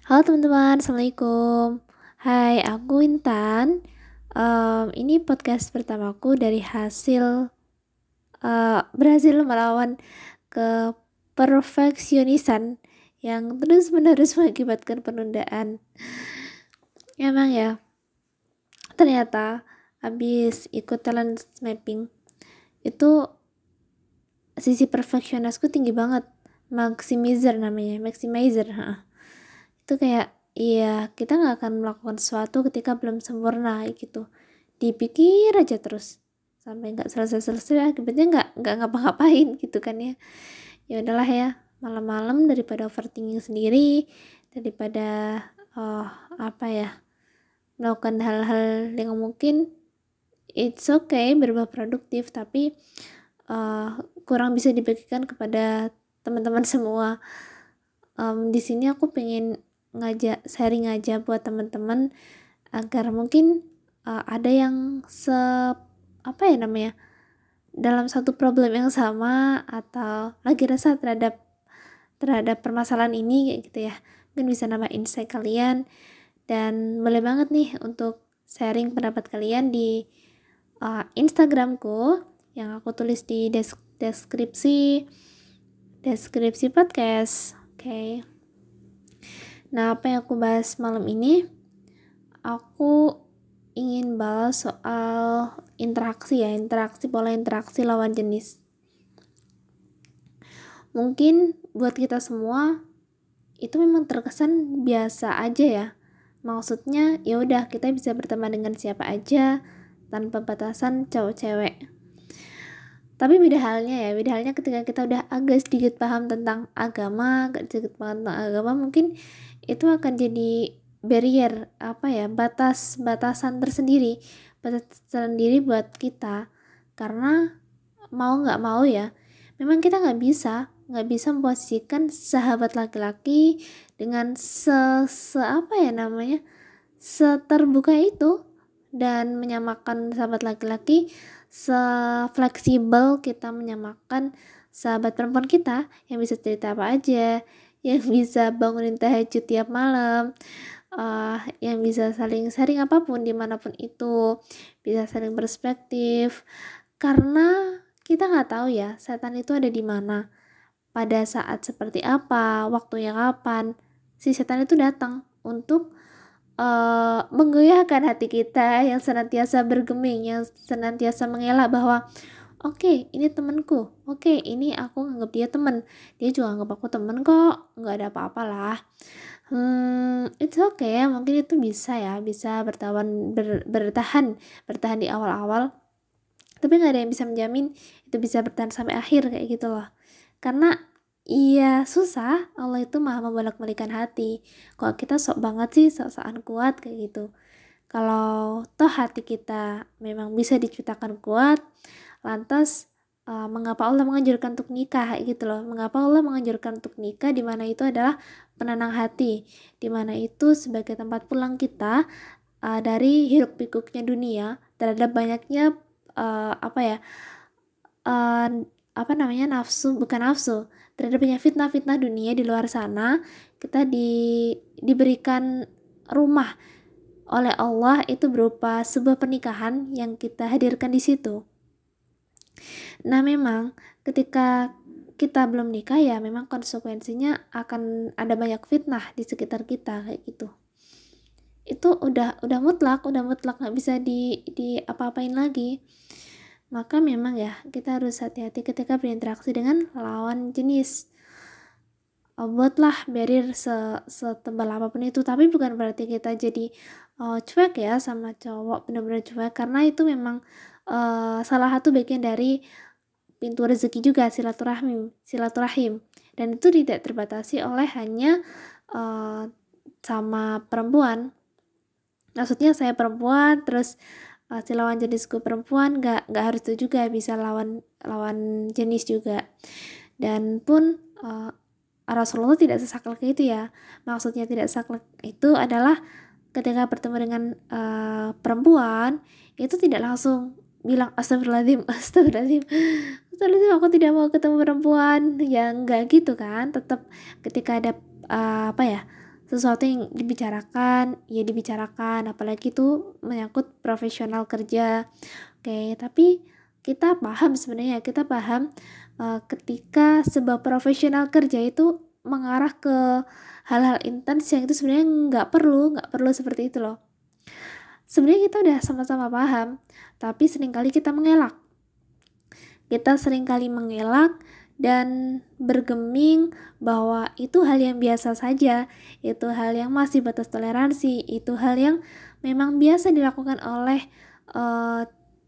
Halo teman-teman, Assalamualaikum. Hai, aku Intan. Ini podcast pertamaku dari hasil berhasil melawan keperfeksionisan yang terus-menerus mengakibatkan penundaan. Emang ya, ternyata habis ikut talent mapping itu sisi perfeksionisku tinggi banget. Maximizer. Itu kayak iya kita nggak akan melakukan sesuatu ketika belum sempurna gitu, dipikir aja terus sampai nggak selesai akibatnya nggak ngapa-ngapain gitu kan ya. Ya udahlah ya, malam-malam daripada overthinking sendiri, daripada oh, apa ya, melakukan hal-hal yang mungkin it's okay berubah produktif tapi kurang bisa dibagikan kepada teman-teman semua. Di sini aku pengen sharing aja buat teman-teman agar mungkin ada yang apa ya namanya, dalam satu problem yang sama atau lagi resah terhadap permasalahan ini kayak gitu ya, mungkin bisa nambah insight kalian. Dan boleh banget nih untuk sharing pendapat kalian di Instagramku yang aku tulis di deskripsi podcast. Oke. Nah, apa yang aku bahas malam ini? Aku ingin bahas soal pola interaksi lawan jenis. Mungkin buat kita semua itu memang terkesan biasa aja ya. Maksudnya ya udah kita bisa berteman dengan siapa aja tanpa batasan cowok cewek. Tapi beda halnya ketika kita udah agak sedikit paham tentang agama, mungkin itu akan jadi barrier, batasan tersendiri, buat kita. Karena mau nggak mau ya, memang kita nggak bisa memposisikan sahabat laki-laki dengan seterbuka itu, dan menyamakan sahabat laki-laki sefleksibel kita menyamakan sahabat perempuan kita yang bisa cerita apa aja, yang bisa bangunin tahajud tiap malam, yang bisa saling sharing apapun dimanapun itu, bisa saling perspektif. Karena kita nggak tahu ya setan itu ada di mana, pada saat seperti apa, waktunya kapan si setan itu datang untuk menggoyahkan hati kita yang senantiasa bergeming, yang senantiasa mengelak bahwa oke, ini temanku, oke, ini aku nganggap dia teman, dia juga anggap aku teman kok, nggak ada apa-apalah. It's okay, mungkin itu bisa bertahan di awal-awal, tapi nggak ada yang bisa menjamin itu bisa bertahan sampai akhir kayak gitu loh. Karena iya susah, Allah itu maha membolak-balikan hati. Kalau kita sok banget sih, sok-sokan kuat kayak gitu. Kalau toh hati kita memang bisa diciptakan kuat, lantas mengapa Allah menganjurkan untuk nikah kayak gitu loh. Mengapa Allah menganjurkan untuk nikah, di mana itu adalah penenang hati, di mana itu sebagai tempat pulang kita dari hiruk pikuknya dunia terhadap banyaknya uh, nafsu, terhadap banyak fitnah-fitnah dunia di luar sana. Kita diberikan rumah oleh Allah itu berupa sebuah pernikahan yang kita hadirkan di situ. Nah, memang ketika kita belum nikah ya memang konsekuensinya akan ada banyak fitnah di sekitar kita kayak gitu. Itu udah mutlak nggak bisa di apa-apain lagi. Maka memang ya kita harus hati-hati ketika berinteraksi dengan lawan jenis. Buatlah barrier setebal apapun itu, tapi bukan berarti kita jadi cuek ya sama cowok, benar-benar cuek, karena itu memang salah satu bagian dari pintu rezeki juga, silaturahim, dan itu tidak terbatasi oleh hanya sama perempuan. Maksudnya saya perempuan terus si lawan jenisku perempuan, nggak harus itu juga, bisa lawan jenis juga. Dan pun Rasulullah tidak sesaklek itu ya. Maksudnya tidak saklek itu adalah ketika bertemu dengan perempuan itu tidak langsung bilang astagfirullahaladzim aku tidak mau ketemu perempuan ya, enggak gitu kan. Tetap ketika ada sesuatu yang dibicarakan ya dibicarakan, apalagi itu menyangkut profesional kerja. Oke, tapi kita paham ketika sebuah profesional kerja itu mengarah ke hal-hal intens yang itu sebenarnya nggak perlu seperti itu loh. Sebenarnya kita udah sama-sama paham, tapi seringkali kita mengelak dan bergeming bahwa itu hal yang biasa saja, itu hal yang masih batas toleransi, itu hal yang memang biasa dilakukan oleh uh,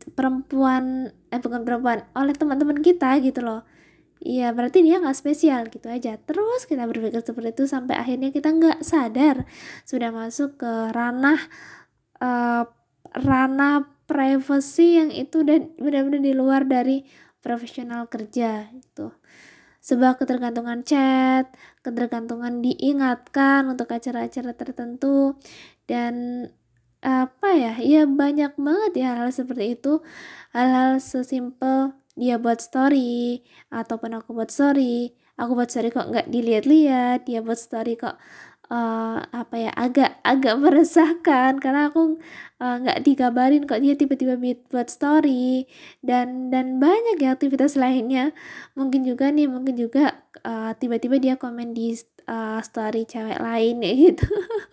bukan perempuan, oleh teman-teman kita gitu loh. Iya, berarti dia nggak spesial gitu aja. Terus kita berpikir seperti itu sampai akhirnya kita nggak sadar sudah masuk ke uh, ranah privacy yang itu udah benar-benar di luar dari profesional kerja itu. Sebuah ketergantungan chat, ketergantungan diingatkan untuk acara-acara tertentu, dan ya banyak banget ya hal seperti itu. Hal-hal sesimpel dia buat story ataupun aku buat story kok nggak dilihat-lihat, dia buat story kok agak agak meresahkan karena aku nggak dikabarin kok dia tiba-tiba buat story, dan banyak ya aktivitas lainnya. Mungkin juga tiba-tiba dia komen di story cewek lain ya gitu.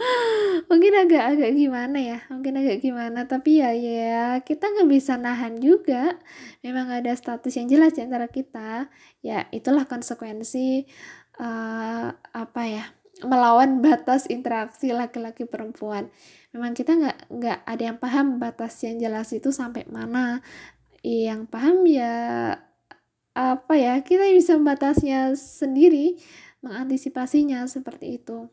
Mungkin agak gimana, tapi ya kita nggak bisa nahan juga. Memang ada status yang jelas di antara kita, ya itulah konsekuensi melawan batas interaksi laki-laki perempuan. Memang kita nggak ada yang paham batas yang jelas itu sampai mana. Yang paham ya kita bisa membatasnya sendiri, mengantisipasinya seperti itu.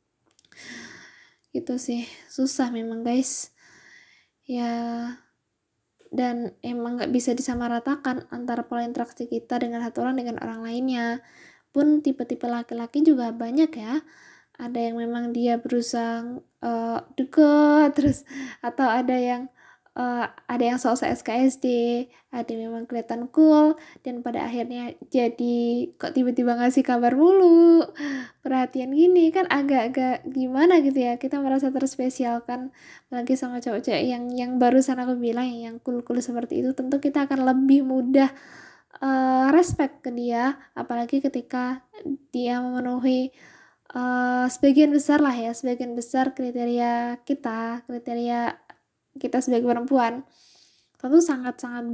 Itu sih susah memang guys ya, dan emang nggak bisa disamaratakan antara pola interaksi kita dengan satu orang dengan orang lainnya. Pun tipe-tipe laki-laki juga banyak ya, ada yang memang dia berusaha deket terus, atau ada yang sok-sok SKSD, ada yang memang kelihatan cool dan pada akhirnya jadi kok tiba-tiba ngasih kabar mulu, perhatian gini kan agak-agak gimana gitu ya, kita merasa terspesialkan. Apalagi sama cowok-cowok yang barusan aku bilang yang cool-cool seperti itu, tentu kita akan lebih mudah respect ke dia, apalagi ketika dia memenuhi sebagian besar kriteria kita sebagai perempuan. Tentu sangat-sangat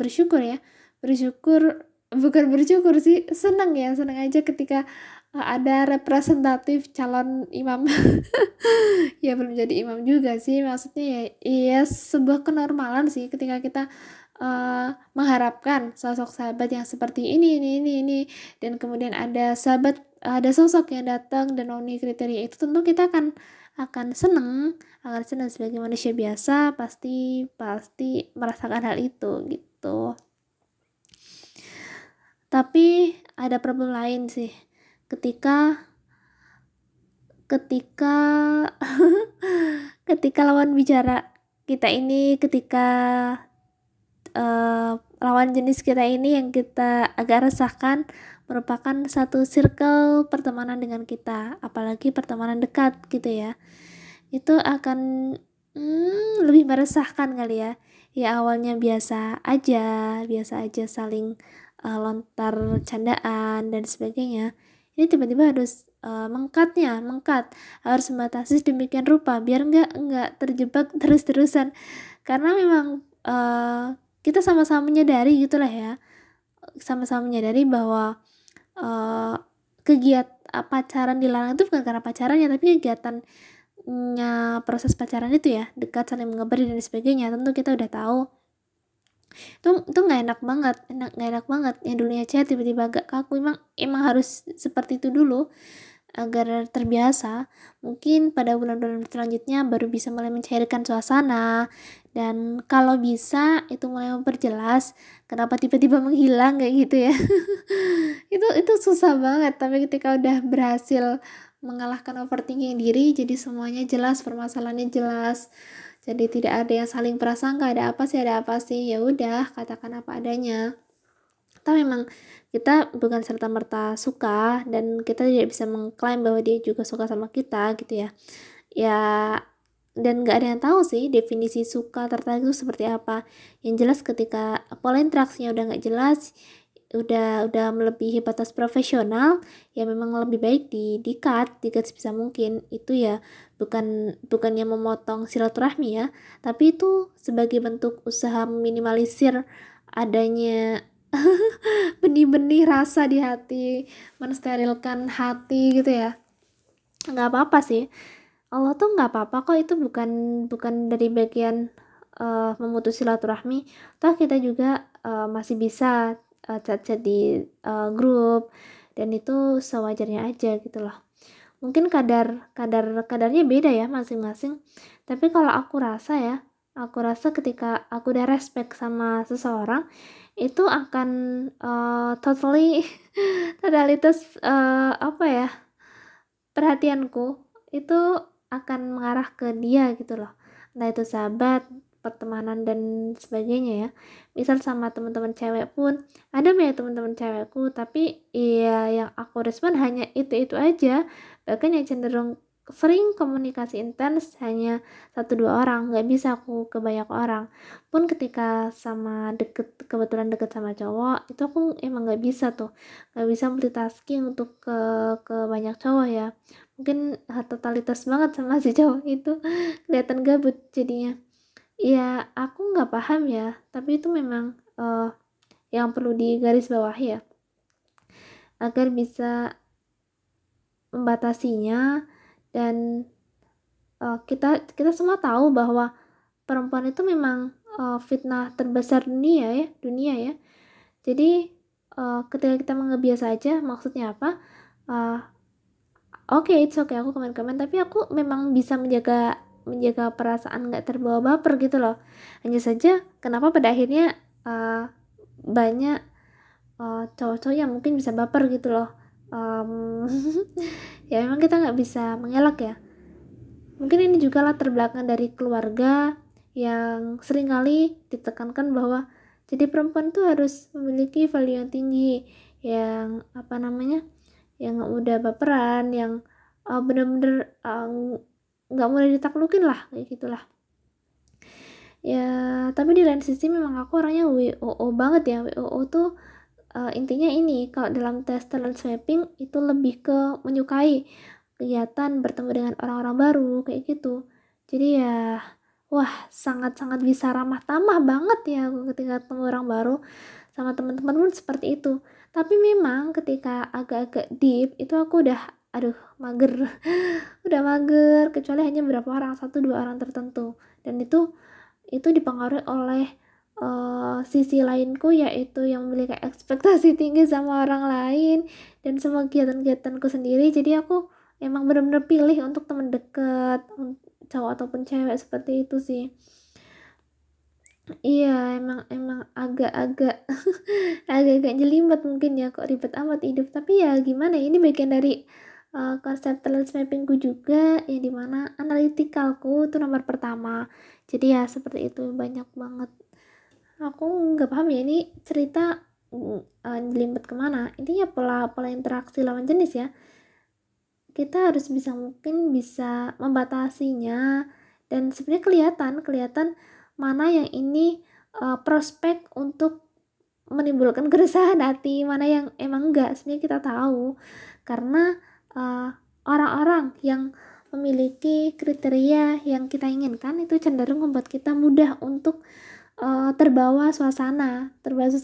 bukan bersyukur sih, senang aja ketika ada representatif calon imam. Ya belum jadi imam juga sih, maksudnya ya sebuah kenormalan sih ketika kita mengharapkan sosok sahabat yang seperti ini, dan kemudian ada sosok yang datang dan memenuhi kriteria itu, tentu kita akan senang sebagai manusia biasa, pasti merasakan hal itu gitu. Tapi ada problem lain sih, ketika ketika lawan bicara kita ini, ketika lawan jenis kita ini yang kita agak resahkan merupakan satu circle pertemanan dengan kita, apalagi pertemanan dekat gitu ya, itu akan lebih meresahkan kali ya. Ya awalnya biasa aja saling lontar candaan dan sebagainya, ini tiba-tiba harus mengkat, harus membatasi demikian rupa biar nggak terjebak terus-terusan, karena memang kita sama-sama menyadari bahwa pacaran dilarang itu bukan karena pacarannya, tapi kegiatannya, proses pacaran itu ya, dekat, saling mengabari dan sebagainya. Tentu kita udah tahu itu nggak enak banget. Yang dulunya chat tiba-tiba agak kaku, emang harus seperti itu dulu agar terbiasa. Mungkin pada bulan-bulan selanjutnya baru bisa mulai mencairkan suasana, dan kalau bisa itu mulai memperjelas kenapa tiba-tiba menghilang kayak gitu ya. itu susah banget, tapi ketika udah berhasil mengalahkan overthinking diri, jadi semuanya jelas, permasalahannya jelas, jadi tidak ada yang saling prasangka, ada apa sih, ya udah katakan apa adanya. atau memang kita bukan serta-merta suka dan kita tidak bisa mengklaim bahwa dia juga suka sama kita gitu ya. Ya, dan nggak ada yang tahu sih definisi suka tertarik itu seperti apa. Yang jelas ketika pola interaksinya udah nggak jelas, udah melebihi batas profesional, ya memang lebih baik dikat sebisa mungkin. Itu ya bukannya memotong silaturahmi ya, tapi itu sebagai bentuk usaha meminimalisir adanya benih-benih rasa di hati, mensterilkan hati gitu ya. Nggak apa-apa sih, Allah tuh nggak apa-apa kok, itu bukan bukan dari bagian memutus silaturahmi. Toh kita juga masih bisa chat-chat di grup, dan itu sewajarnya aja gitu loh. Mungkin kadarnya beda ya masing-masing, tapi kalau aku rasa ketika aku udah respect sama seseorang, itu akan totally totalitas apa ya, perhatianku itu akan mengarah ke dia gitu loh, entah itu sahabat, pertemanan dan sebagainya ya. Misal sama teman-teman cewek pun ada ya, teman-teman cewekku, tapi ya yang aku respon hanya itu aja, bahkan yang cenderung sering komunikasi intens hanya satu dua orang, nggak bisa aku ke banyak orang. Pun ketika sama kebetulan deket sama cowok, itu aku emang nggak bisa tuh, nggak bisa multitasking untuk ke banyak cowok ya. Mungkin totalitas banget sama si cowok itu, kelihatan gabut jadinya. Ya aku nggak paham ya, tapi itu memang yang perlu digarisbawahi ya, agar bisa membatasinya. Dan kita kita semua tahu bahwa perempuan itu memang fitnah terbesar dunia ya. Jadi ketika kita menganggap biasa aja, maksudnya apa, uh, oke, it's okay, aku komen-komen, tapi aku memang bisa menjaga menjaga perasaan nggak terbawa baper gitu loh. Hanya saja kenapa pada akhirnya banyak cowok-cowok yang mungkin bisa baper gitu loh. Ya memang kita nggak bisa mengelak ya. Mungkin ini juga latar belakang dari keluarga yang seringkali ditekankan bahwa jadi perempuan tuh harus memiliki value yang tinggi, yang apa namanya, yang nggak mudah baperan, yang bener-bener nggak mudah ditaklukin lah, kayak gitulah ya. Tapi di lain sisi memang aku orangnya WOO banget ya. WOO tuh intinya ini, kalau dalam tes talent swapping itu lebih ke menyukai kegiatan bertemu dengan orang-orang baru kayak gitu. Jadi ya wah, sangat-sangat bisa ramah tamah banget ya aku ketika ketemu orang baru. Sama teman-teman pun seperti itu. Tapi memang ketika agak-agak deep itu aku udah aduh mager. Udah mager, kecuali hanya beberapa orang, satu dua orang tertentu, dan itu dipengaruhi oleh sisi lainku, yaitu yang memiliki ekspektasi tinggi sama orang lain dan semua kegiatan-kegiatanku sendiri. Jadi aku emang benar-benar pilih untuk teman dekat, cowok ataupun cewek, seperti itu sih. Iya, emang agak-agak agak-agak jelimet mungkin ya, kok ribet amat hidup. Tapi ya gimana ya, ini bagian dari konsep talent mappingku juga, ya dimana analitikalku itu nomor pertama. Jadi ya seperti itu, banyak banget. Aku nggak paham ya ini cerita jelimet kemana. Intinya pola interaksi lawan jenis ya, kita harus mungkin bisa membatasinya. Dan sebenarnya kelihatan mana yang ini prospek untuk menimbulkan keresahan hati, mana yang emang enggak. Sebenarnya kita tahu karena orang-orang yang memiliki kriteria yang kita inginkan itu cenderung membuat kita mudah untuk terbawa suasana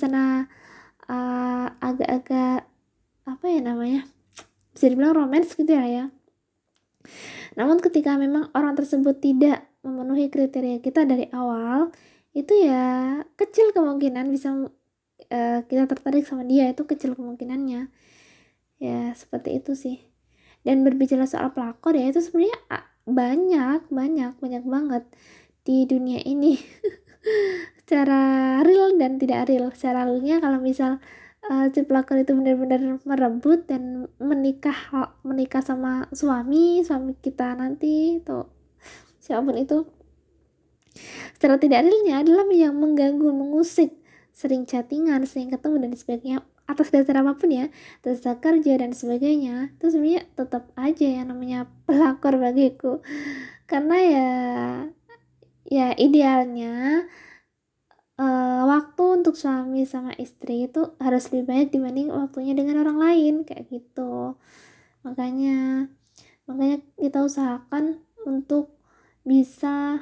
agak-agak apa ya namanya, bisa dibilang romance gitu ya. Namun ketika memang orang tersebut tidak memenuhi kriteria kita dari awal, itu ya kecil kemungkinan bisa kita tertarik sama dia, itu kecil kemungkinannya ya, seperti itu sih. Dan berbicara soal pelakor ya, itu sebenarnya banyak banget di dunia ini. Secara real dan tidak real. Secara realnya kalau misal si pelakor itu benar-benar merebut dan menikah sama suami kita nanti tuh, siapapun itu. Secara tidak realnya adalah yang mengganggu, mengusik sering chattingan, sering ketemu dan sebagainya, atas dasar apapun ya, dasar kerja dan sebagainya, itu sebenarnya tetap aja yang namanya pelakor bagiku. Karena ya idealnya waktu untuk suami sama istri itu harus lebih banyak dibanding waktunya dengan orang lain kayak gitu. Makanya kita usahakan untuk bisa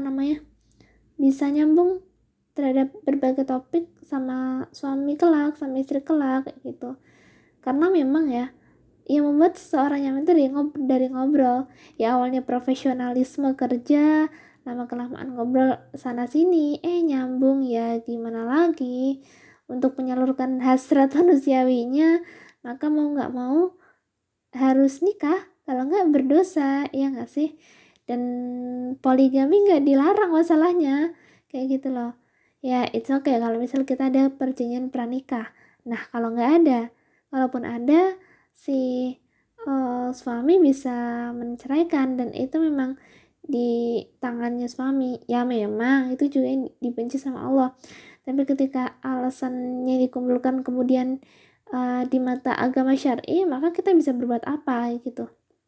bisa nyambung terhadap berbagai topik sama suami kelak, sama istri kelak kayak gitu. Karena memang yang membuat seseorang nyaman itu dari ngobrol. Ya awalnya profesionalisme kerja, lama kelamaan ngobrol sana sini, nyambung ya gimana lagi. Untuk menyalurkan hasrat manusiawinya, maka mau nggak mau harus nikah, kalau nggak berdosa, ya nggak sih? Dan poligami nggak dilarang masalahnya, kayak gitu loh. Ya it's okay kalau misal kita ada perjanjian pranikah. Nah kalau nggak ada, walaupun ada, si suami bisa menceraikan, dan itu memang di tangannya suami. Ya memang itu juga yang dibenci sama Allah, tapi ketika alasannya dikumpulkan kemudian di mata agama syar'i, maka kita bisa berbuat apa gitu.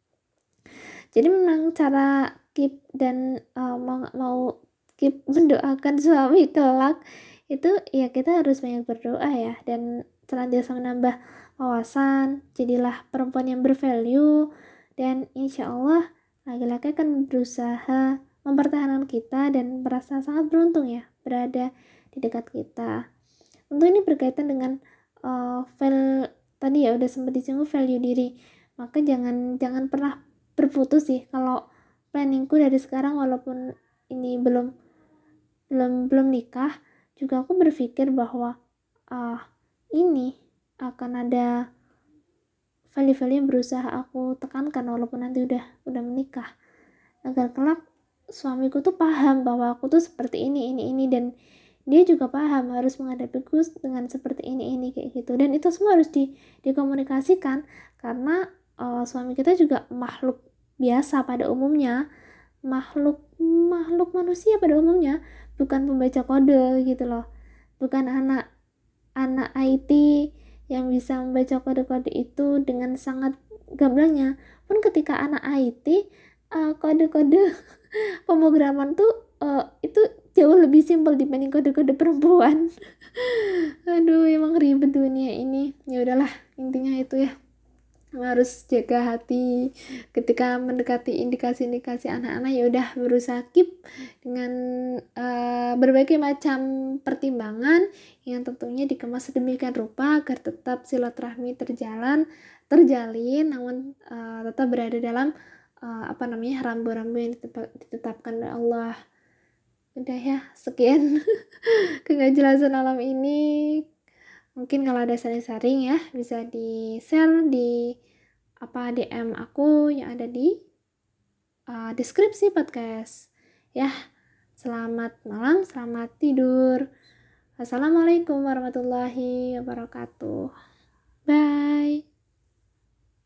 Jadi memang cara keep dan mau nggak mau keep mendoakan suami kelak itu ya kita harus banyak berdoa ya, dan senantiasa menambah wawasan, jadilah perempuan yang bervalue, dan insya Allah laki-laki akan berusaha mempertahankan kita dan merasa sangat beruntung ya berada di dekat kita. Tentu ini berkaitan dengan value tadi ya, udah sempat disinggung value diri. Maka jangan pernah berputus sih. Kalau planningku dari sekarang, walaupun ini belum nikah, juga aku berpikir bahwa ini akan ada value-value yang berusaha aku tekankan walaupun nanti udah menikah, agar kelak suamiku tuh paham bahwa aku tuh seperti ini, dan dia juga paham harus menghadapiku dengan seperti ini kayak gitu. Dan itu semua harus dikomunikasikan, karena suami kita juga makhluk biasa pada umumnya, makhluk manusia pada umumnya, bukan pembaca kode gitu loh, bukan anak IT yang bisa membaca kode-kode itu dengan sangat gamblangnya. Pun ketika anak IT, kode-kode pemrograman tuh itu jauh lebih simpel dibanding kode-kode perempuan. Aduh, emang ribet dunia ini. Ya udahlah, intinya itu ya, harus jaga hati ketika mendekati indikasi-indikasi anak-anak. Ya udah, berusaha keep dengan berbagai macam pertimbangan yang tentunya dikemas sedemikian rupa agar tetap silaturahmi terjalin, namun tetap berada dalam rambu-rambu yang ditetapkan oleh Allah. Udah ya, sekian kegajelasan alam ini. Mungkin kalau ada sharing-sharing ya, bisa di share di DM aku yang ada di deskripsi podcast ya. Selamat malam, selamat tidur. Assalamualaikum warahmatullahi wabarakatuh. Bye.